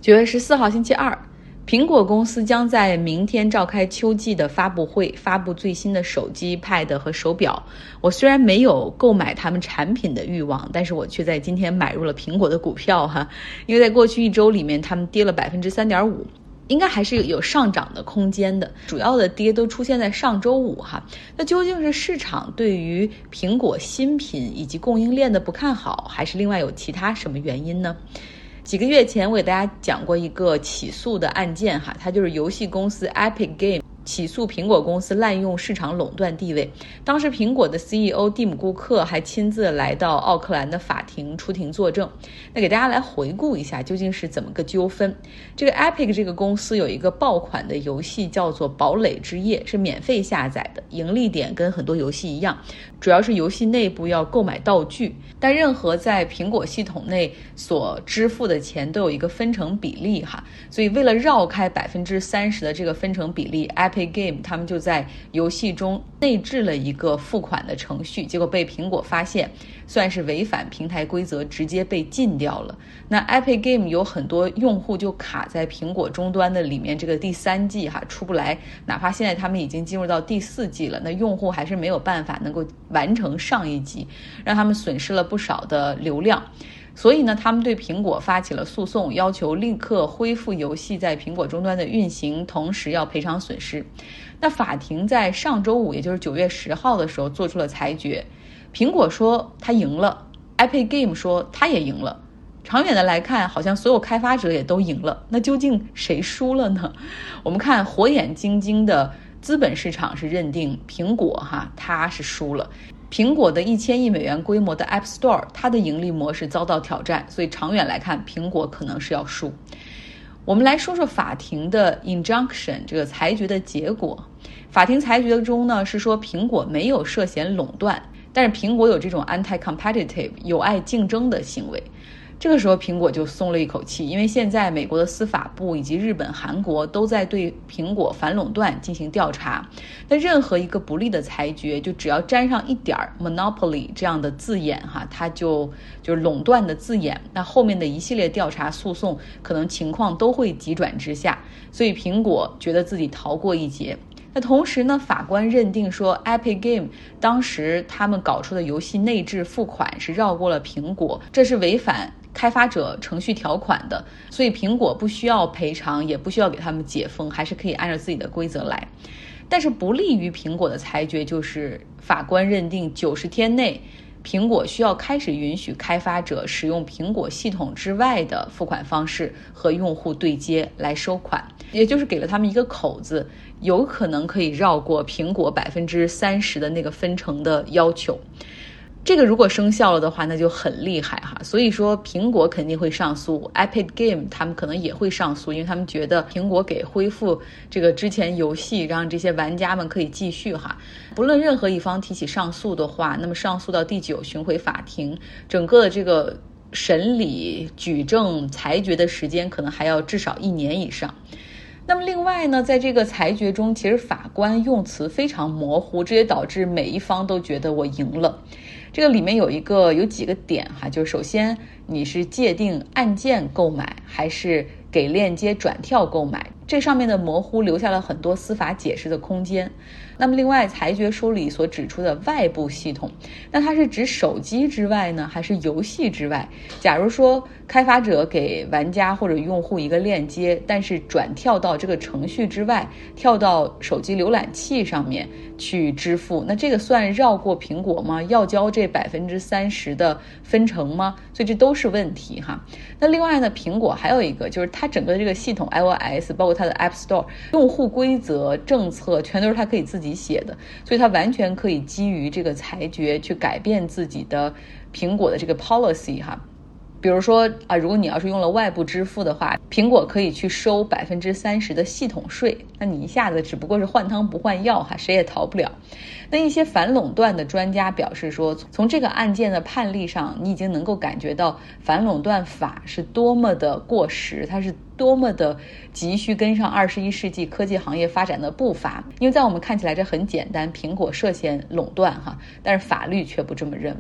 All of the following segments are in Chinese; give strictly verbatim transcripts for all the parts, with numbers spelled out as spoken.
九月十四号星期二，苹果公司将在明天召开秋季的发布会，发布最新的手机、Pad 和手表。我虽然没有购买他们产品的欲望，但是我却在今天买入了苹果的股票哈，因为在过去一周里面，他们跌了百分之三点五。应该还是有上涨的空间的，主要的跌都出现在上周五哈。那究竟是市场对于苹果新品以及供应链的不看好，还是另外有其他什么原因呢？几个月前我给大家讲过一个起诉的案件哈，它就是游戏公司 Epic Game起诉苹果公司滥用市场垄断地位。当时苹果的 C E O 蒂姆·库克还亲自来到奥克兰的法庭出庭作证。那给大家来回顾一下究竟是怎么个纠纷。这个 Epic 这个公司有一个爆款的游戏叫做堡垒之夜，是免费下载的，盈利点跟很多游戏一样，主要是游戏内部要购买道具，但任何在苹果系统内所支付的钱都有一个分成比例哈，所以为了绕开百分之三十的这个分成比例， Epic Game 他们就在游戏中内置了一个付款的程序，结果被苹果发现，算是违反平台规则，直接被禁掉了。那 Epic Game 有很多用户就卡在苹果终端的里面这个第三季哈出不来，哪怕现在他们已经进入到第四季了，那用户还是没有办法能够完成上一季，让他们损失了不少的流量。所以呢，他们对苹果发起了诉讼，要求立刻恢复游戏在苹果终端的运行，同时要赔偿损失。那法庭在上周五，也就是九月十号的时候做出了裁决，苹果说他赢了， Epic Game 说他也赢了。长远的来看，好像所有开发者也都赢了，那究竟谁输了呢？我们看火眼金睛的资本市场是认定苹果哈，它是输了。苹果的一千亿美元规模的 App Store， 它的盈利模式遭到挑战，所以长远来看，苹果可能是要输。我们来说说法庭的 injunction 这个裁决的结果。法庭裁决中呢是说苹果没有涉嫌垄断，但是苹果有这种 anti-competitive 有碍竞争的行为。这个时候苹果就松了一口气，因为现在美国的司法部以及日本、韩国都在对苹果反垄断进行调查。那任何一个不利的裁决，就只要沾上一点 monopoly 这样的字眼哈，它就就是垄断的字眼，那后面的一系列调查诉讼可能情况都会急转直下。所以苹果觉得自己逃过一劫。那同时呢，法官认定说 Epic Game 当时他们搞出的游戏内置付款是绕过了苹果，这是违反开发者程序条款的，所以苹果不需要赔偿，也不需要给他们解封，还是可以按照自己的规则来。但是不利于苹果的裁决就是法官认定九十天内苹果需要开始允许开发者使用苹果系统之外的付款方式和用户对接来收款，也就是给了他们一个口子，有可能可以绕过苹果百分之三十的那个分成的要求。这个如果生效了的话，那就很厉害哈。所以说苹果肯定会上诉， Epic Game 他们可能也会上诉，因为他们觉得苹果给恢复这个之前游戏，让这些玩家们可以继续哈。不论任何一方提起上诉的话，那么上诉到第九巡回法庭，整个的这个审理、举证、裁决的时间可能还要至少一年以上。那么另外呢，在这个裁决中，其实法官用词非常模糊，这也导致每一方都觉得我赢了。这个里面有一个有几个点哈，就是首先你是界定按键购买还是给链接转跳购买，这上面的模糊留下了很多司法解释的空间。那么另外裁决书里所指出的外部系统，那它是指手机之外呢，还是游戏之外？假如说开发者给玩家或者用户一个链接，但是转跳到这个程序之外，跳到手机浏览器上面去支付，那这个算绕过苹果吗？要交这百分之三十的分成吗？所以这都是问题哈。那另外呢，苹果还有一个就是它整个这个系统 iOS 包括它的 App Store 用户规则政策全都是它可以自己写的，所以它完全可以基于这个裁决去改变自己的苹果的这个 policy 哈。比如说啊，如果你要是用了外部支付的话，苹果可以去收百分之三十的系统税，那你一下子只不过是换汤不换药哈，谁也逃不了。那一些反垄断的专家表示说，从这个案件的判例上，你已经能够感觉到反垄断法是多么的过时，它是多么的急需跟上二十一世纪科技行业发展的步伐。因为在我们看起来这很简单，苹果涉嫌垄断哈，但是法律却不这么认为。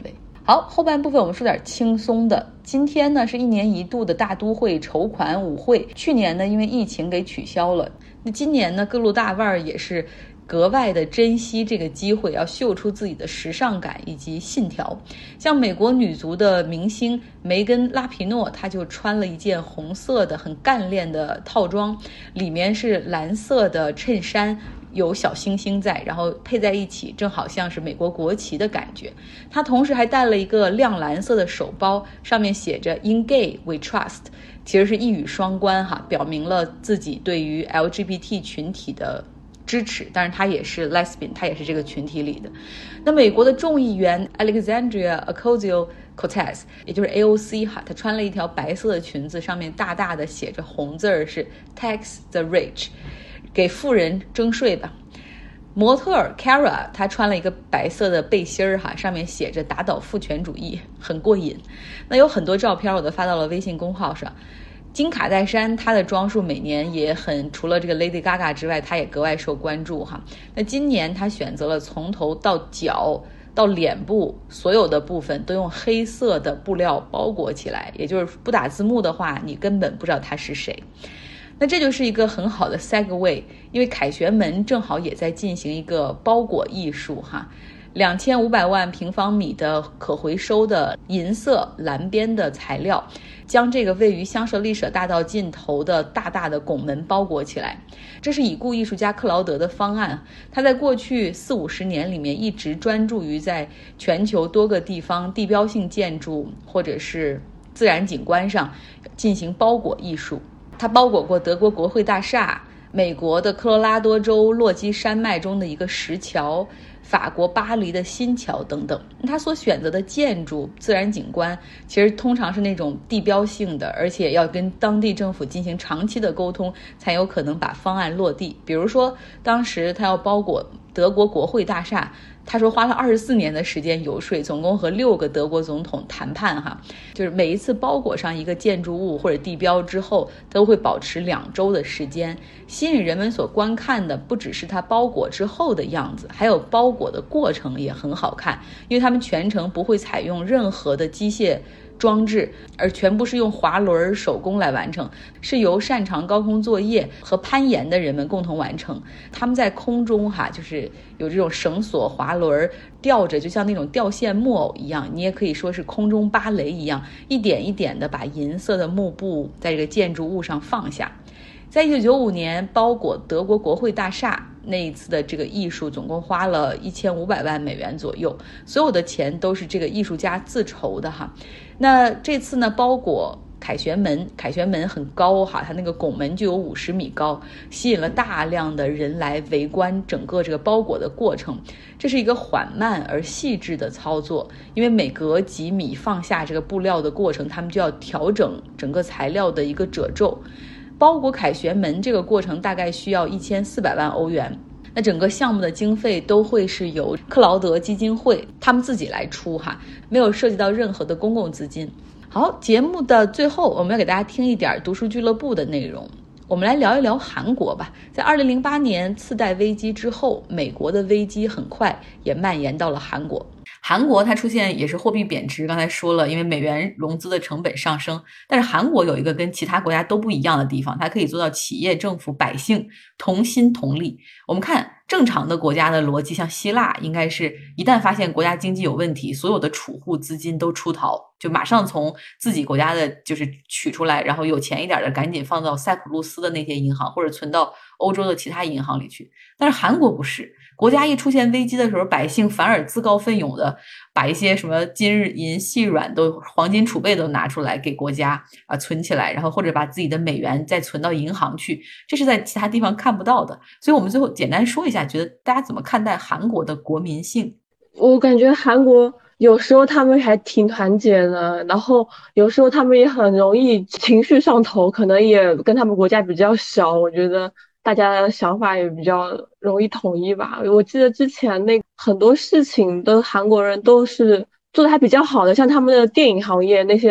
好，后半部分我们说点轻松的。今天呢是一年一度的大都会筹款舞会，去年呢因为疫情给取消了。那今年呢各路大腕儿也是格外的珍惜这个机会，要秀出自己的时尚感以及信条。像美国女足的明星梅根·拉皮诺，她就穿了一件红色的很干练的套装，里面是蓝色的衬衫，有小星星在，然后配在一起正好像是美国国旗的感觉。她同时还带了一个亮蓝色的手包，上面写着 In Gay We Trust， 其实是一语双关哈，表明了自己对于 L G B T 群体的支持，但是她也是 lesbian， 她也是这个群体里的。那美国的众议员 Alexandria Ocasio-Cortez， 也就是 A O C 哈，她穿了一条白色的裙子，上面大大的写着红字儿是 Tax the Rich， 给富人征税吧。模特儿 Kara 她穿了一个白色的背心儿哈，上面写着打倒父权主义，很过瘾。那有很多照片我都发到了微信公号上。金卡戴珊她的装束每年也很，除了这个 Lady Gaga 之外，她也格外受关注哈。那今年她选择了从头到脚到脸部所有的部分都用黑色的布料包裹起来，也就是不打字幕的话，你根本不知道她是谁。那这就是一个很好的 segue， 因为凯旋门正好也在进行一个包裹艺术哈。两千五百万平方米的可回收的银色蓝边的材料，将这个位于香榭丽舍大道尽头的大大的拱门包裹起来。这是已故艺术家克劳德的方案，他在过去四五十年里面一直专注于在全球多个地方地标性建筑或者是自然景观上进行包裹艺术。他包裹过德国国会大厦、美国的科罗拉多州落基山脉中的一个石桥、法国巴黎的新桥等等。他所选择的建筑自然景观其实通常是那种地标性的，而且要跟当地政府进行长期的沟通，才有可能把方案落地。比如说当时他要包裹德国国会大厦，他说花了二十四年的时间游说，总共和六个德国总统谈判哈，就是每一次包裹上一个建筑物或者地标之后，都会保持两周的时间。吸引人们所观看的不只是它包裹之后的样子，还有包裹的过程也很好看，因为他们全程不会采用任何的机械装置，而全部是用滑轮手工来完成，是由擅长高空作业和攀岩的人们共同完成。他们在空中哈，就是有这种绳索滑轮吊着，就像那种吊线木偶一样，你也可以说是空中芭蕾一样，一点一点的把银色的幕布在这个建筑物上放下。在一九九五年包裹德国国会大厦那一次的这个艺术总共花了一千五百万美元左右，所有的钱都是这个艺术家自筹的哈。那这次呢，包裹凯旋门，凯旋门很高哈，它那个拱门就有五十米高，吸引了大量的人来围观整个这个包裹的过程。这是一个缓慢而细致的操作，因为每隔几米放下这个布料的过程，他们就要调整整个材料的一个褶皱。包裹凯旋门这个过程大概需要一千四百万欧元。那整个项目的经费都会是由克劳德基金会他们自己来出哈，没有涉及到任何的公共资金。好，节目的最后我们要给大家听一点读书俱乐部的内容。我们来聊一聊韩国吧。在二零零八年次贷危机之后，美国的危机很快也蔓延到了韩国。韩国它出现也是货币贬值，刚才说了，因为美元融资的成本上升。但是韩国有一个跟其他国家都不一样的地方，它可以做到企业、政府、百姓同心同力。我们看正常的国家的逻辑，像希腊应该是一旦发现国家经济有问题，所有的储户资金都出逃，就马上从自己国家的就是取出来，然后有钱一点的赶紧放到塞浦路斯的那些银行，或者存到欧洲的其他银行里去。但是韩国不是，国家一出现危机的时候，百姓反而自告奋勇的把一些什么金日银细软都黄金储备都拿出来给国家啊存起来，然后或者把自己的美元再存到银行去，这是在其他地方看不到的。所以我们最后简单说一下，觉得大家怎么看待韩国的国民性？ 我感觉韩国有时候他们还挺团结的，然后有时候他们也很容易情绪上头，可能也跟他们国家比较小，我觉得大家的想法也比较容易统一吧。我记得之前那很多事情的韩国人都是做的还比较好的，像他们的电影行业那些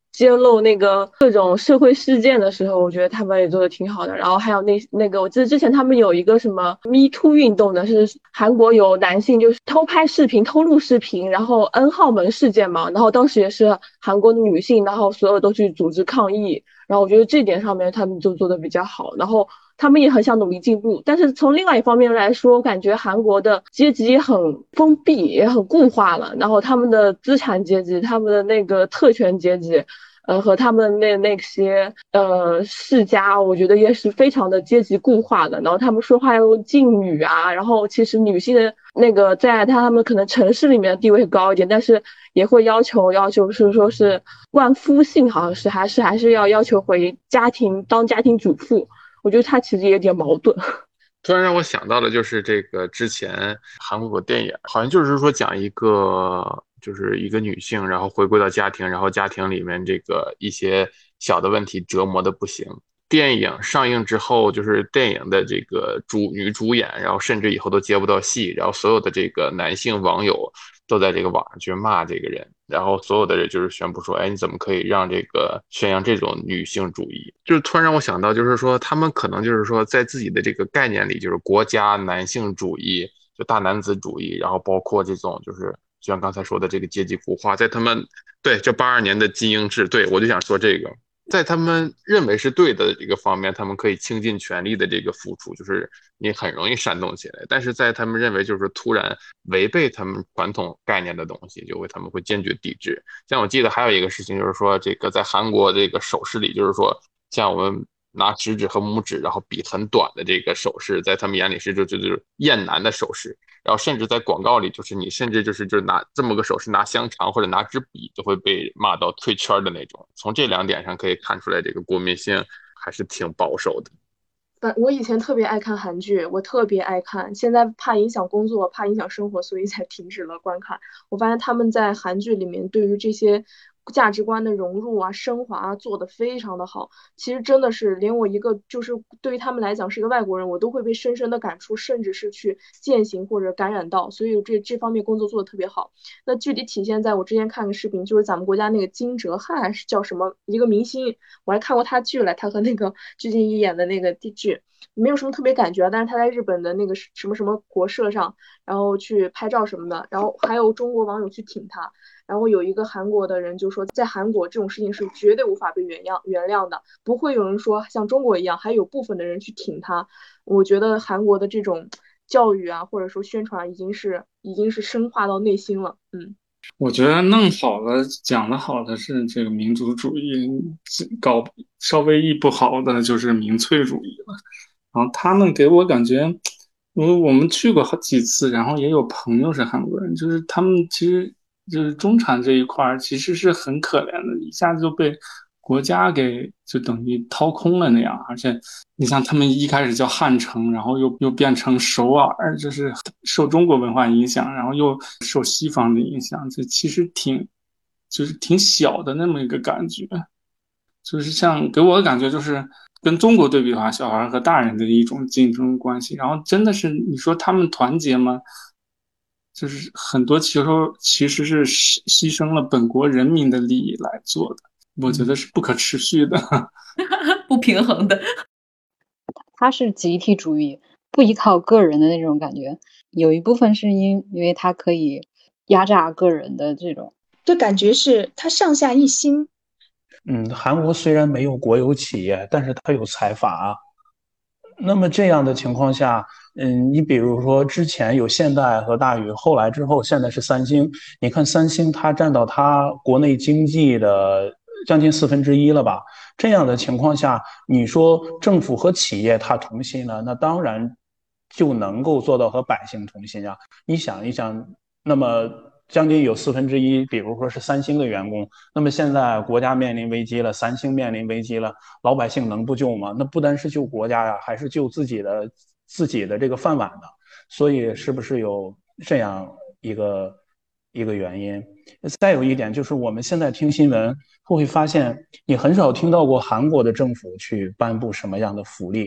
揭露那个各种社会事件的时候，我觉得他们也做的挺好的。然后还有那那个，我记得之前他们有一个什么 Me Too 运动的，是韩国有男性就是偷拍视频、偷录视频，然后 N 号门事件嘛。然后当时也是韩国的女性，然后所有都去组织抗议。然后我觉得这点上面他们就做的比较好。然后他们也很想努力进步，但是从另外一方面来说，我感觉韩国的阶级也很封闭，也很固化了。然后他们的资产阶级、他们的那个特权阶级，呃，和他们那那些呃世家，我觉得也是非常的阶级固化的。然后他们说话又敬女啊，然后其实女性的那个在他们可能城市里面的地位高一点，但是也会要求要求是说是冠夫姓，好像是还是还是要要求回家庭当家庭主妇。我觉得他其实也有点矛盾。 突然让我想到了，就是这个之前韩国有个电影，好像就是说讲一个就是一个女性，然后回归到家庭，然后家庭里面这个一些小的问题折磨的不行。电影上映之后，就是电影的这个主女主演，然后甚至以后都接不到戏，然后所有的这个男性网友都在这个网上去骂这个人，然后所有的人就是宣布说，哎，你怎么可以让这个宣扬这种女性主义？就是突然让我想到，就是说他们可能就是说在自己的这个概念里，就是国家男性主义，就大男子主义，然后包括这种就是就像刚才说的这个阶级固化，在他们对这八二年的精英制，对我就想说这个。在他们认为是对的这个方面，他们可以倾尽全力的这个付出，就是你很容易煽动起来。但是在他们认为就是突然违背他们传统概念的东西，就会他们会坚决抵制。像我记得还有一个事情，就是说这个在韩国这个手势里，就是说像我们拿食指和拇指，然后比很短的这个手势，在他们眼里是就就就是厌男的手势。然后甚至在广告里，就是你甚至就是就是拿这么个手势，拿香肠或者拿支笔，都会被骂到退圈的那种。从这两点上可以看出来，这个国民性还是挺保守的。 反我以前特别爱看韩剧，我特别爱看，现在怕影响工作，怕影响生活，所以才停止了观看。我发现他们在韩剧里面对于这些价值观的融入啊、升华啊，做得非常的好。其实真的是连我一个就是对于他们来讲是一个外国人，我都会被深深的感触，甚至是去践行或者感染到。所以这这方面工作做得特别好。那具体体现在我之前看个视频，就是咱们国家那个金哲瀚是叫什么一个明星，我还看过他剧了，他和那个具俊晔演的那个剧。没有什么特别感觉，但是他在日本的那个什么什么国社上，然后去拍照什么的，然后还有中国网友去挺他，然后有一个韩国的人就说，在韩国这种事情是绝对无法被原谅原谅的，不会有人说像中国一样，还有部分的人去挺他。我觉得韩国的这种教育啊，或者说宣传，已经是已经是深化到内心了。嗯。 我觉得弄好了、讲的好的是这个民族主义，搞稍微一不好的就是民粹主义了。然后他们给我感觉，因为我们去过好几次，然后也有朋友是韩国人，就是他们其实就是中产这一块儿其实是很可怜的，一下子就被国家给就等于掏空了那样。而且你像他们一开始叫汉城，然后又又变成首尔，就是受中国文化影响，然后又受西方的影响，这其实挺就是挺小的那么一个感觉。就是像给我的感觉就是跟中国对比的话，小孩和大人的一种竞争关系。然后真的是你说他们团结吗？就是很多其实其实是牺牲了本国人民的利益来做的，我觉得是不可持续的。 不平衡的。 他是集体主义，不依靠个人的那种感觉，有一部分是因因为他可以压榨个人的这种， 就感觉是他上下一心。 嗯，韩国虽然没有国有企业，但是它有财阀。那么这样的情况下，嗯，你比如说之前有现代和大宇，后来之后现在是三星。你看三星它占到它国内经济的将近四分之一了吧？这样的情况下，你说政府和企业它同心了，那当然就能够做到和百姓同心啊。你想一想，那么将近有四分之一，比如说是三星的员工，那么现在国家面临危机了，三星面临危机了，老百姓能不救吗？那不单是救国家呀，还是救自己的自己的这个饭碗的。所以是不是有这样一个一个原因？再有一点就是，我们现在听新闻会发现，你很少听到过韩国的政府去颁布什么样的福利。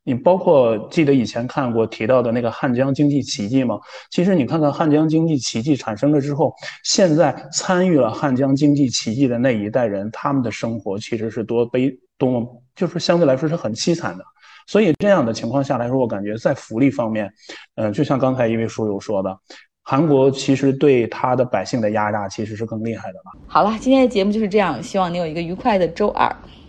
你包括记得以前看过提到的那个汉江经济奇迹吗？其实你看看汉江经济奇迹产生了之后，现在参与了汉江经济奇迹的那一代人，他们的生活其实是多悲多么，就是相对来说是很凄惨的。所以这样的情况下来说，我感觉在福利方面，嗯、呃，就像刚才一位书友说的，韩国其实对他的百姓的压榨其实是更厉害的了。 好了，今天的节目就是这样，希望你有一个愉快的周二。